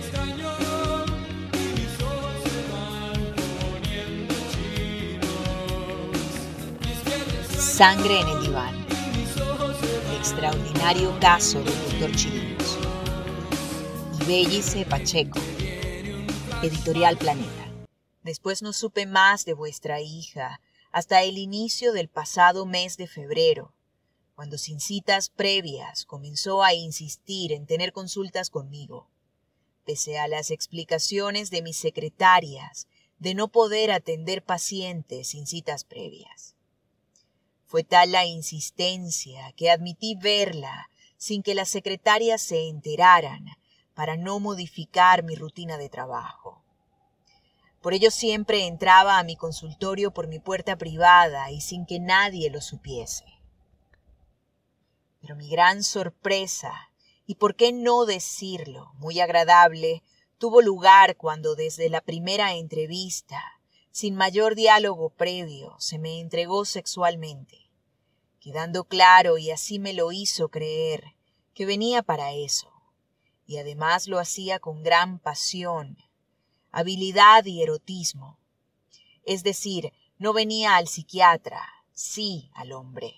Sangre en el diván. El extraordinario caso del Dr. Chirinos. Ibellice Pacheco. Editorial Planeta. Después no supe más de vuestra hija hasta el inicio del pasado mes de febrero, cuando sin citas previas comenzó a insistir en tener consultas conmigo, pese a las explicaciones de mis secretarias de no poder atender pacientes sin citas previas. Fue tal la insistencia que admití verla sin que las secretarias se enteraran para no modificar mi rutina de trabajo. Por ello siempre entraba a mi consultorio por mi puerta privada y sin que nadie lo supiese. Pero mi gran sorpresa, y por qué no decirlo, muy agradable, tuvo lugar cuando desde la primera entrevista, sin mayor diálogo previo, se me entregó sexualmente, quedando claro, y así me lo hizo creer, que venía para eso, y además lo hacía con gran pasión, habilidad y erotismo. Es decir, no venía al psiquiatra, sí al hombre.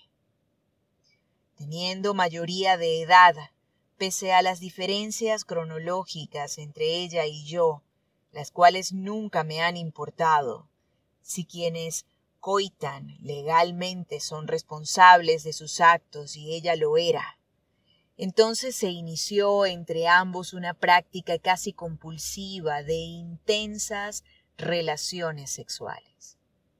Teniendo mayoría de edad, pese a las diferencias cronológicas entre ella y yo, las cuales nunca me han importado, si quienes coitan legalmente son responsables de sus actos y ella lo era, entonces se inició entre ambos una práctica casi compulsiva de intensas relaciones sexuales.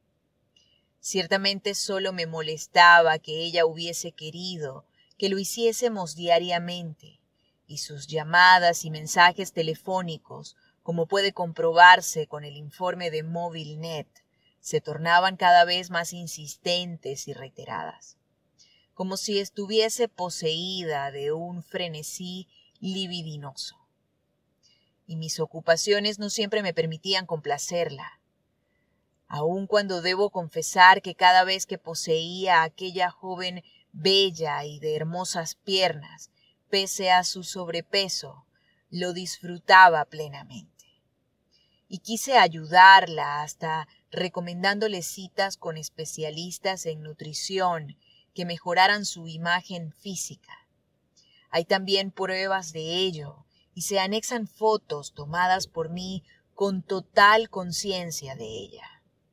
Ciertamente solo me molestaba que ella hubiese querido que lo hiciésemos diariamente, y sus llamadas y mensajes telefónicos, como puede comprobarse con el informe de MobileNet, se tornaban cada vez más insistentes y reiteradas, como si estuviese poseída de un frenesí libidinoso. Y mis ocupaciones no siempre me permitían complacerla, aun cuando debo confesar que cada vez que poseía a aquella joven bella y de hermosas piernas, pese a su sobrepeso, lo disfrutaba plenamente. Y quise ayudarla hasta recomendándole citas con especialistas en nutrición que mejoraran su imagen física. Hay también pruebas de ello y se anexan fotos tomadas por mí con total conciencia de ella.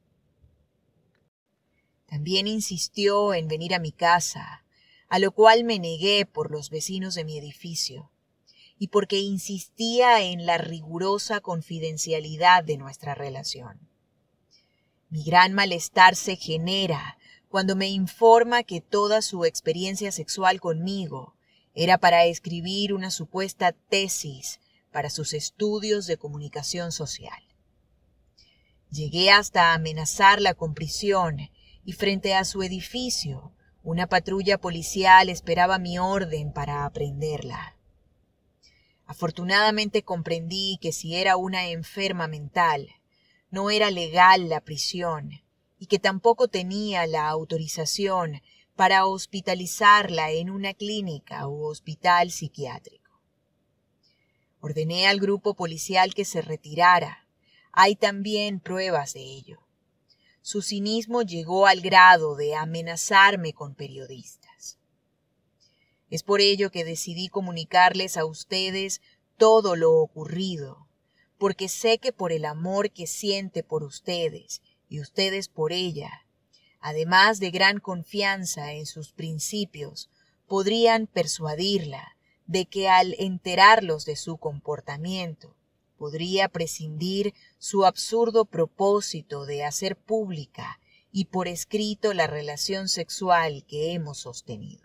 También insistió en venir a mi casa, a lo cual me negué por los vecinos de mi edificio, y porque insistía en la rigurosa confidencialidad de nuestra relación. Mi gran malestar se genera cuando me informa que toda su experiencia sexual conmigo era para escribir una supuesta tesis para sus estudios de comunicación social. Llegué hasta amenazarla con prisión, y frente a su edificio, una patrulla policial esperaba mi orden para aprenderla. Afortunadamente comprendí que si era una enferma mental, no era legal la prisión y que tampoco tenía la autorización para hospitalizarla en una clínica u hospital psiquiátrico. Ordené al grupo policial que se retirara. Hay también pruebas de ello. Su cinismo llegó al grado de amenazarme con periodistas. Es por ello que decidí comunicarles a ustedes todo lo ocurrido, porque sé que por el amor que siente por ustedes y ustedes por ella, además de gran confianza en sus principios, podrían persuadirla de que al enterarlos de su comportamiento, podría prescindir su absurdo propósito de hacer pública y por escrito la relación sexual que hemos sostenido.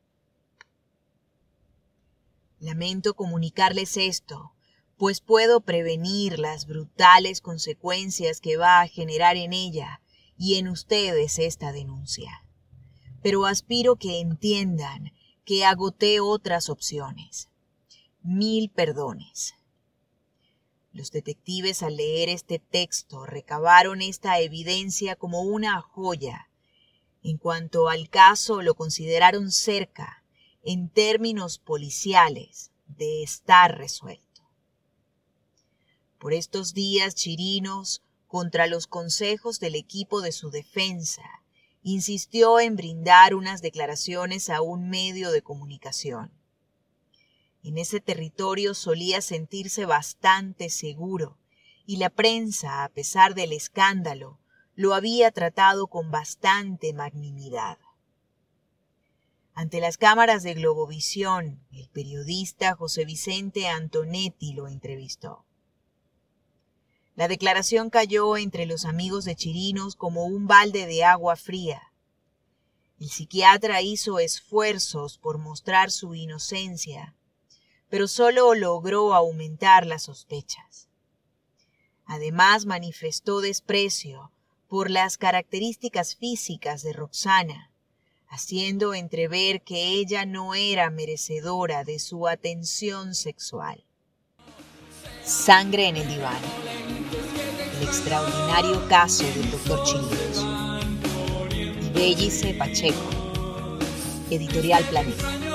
Lamento comunicarles esto, pues puedo prevenir las brutales consecuencias que va a generar en ella y en ustedes esta denuncia. Pero aspiro que entiendan que agoté otras opciones. 1000 perdones. Los detectives al leer este texto recabaron esta evidencia como una joya. En cuanto al caso, lo consideraron cerca, en términos policiales, de estar resuelto. Por estos días, Chirinos, contra los consejos del equipo de su defensa, insistió en brindar unas declaraciones a un medio de comunicación. En ese territorio solía sentirse bastante seguro y la prensa, a pesar del escándalo, lo había tratado con bastante magnanimidad. Ante las cámaras de Globovisión, el periodista José Vicente Antonetti lo entrevistó. La declaración cayó entre los amigos de Chirinos como un balde de agua fría. El psiquiatra hizo esfuerzos por mostrar su inocencia, pero solo logró aumentar las sospechas. Además, manifestó desprecio por las características físicas de Roxana, haciendo entrever que ella no era merecedora de su atención sexual. Sangre en el diván. El extraordinario caso del Dr. Chirinos. Ibellice Pacheco. Editorial Planeta.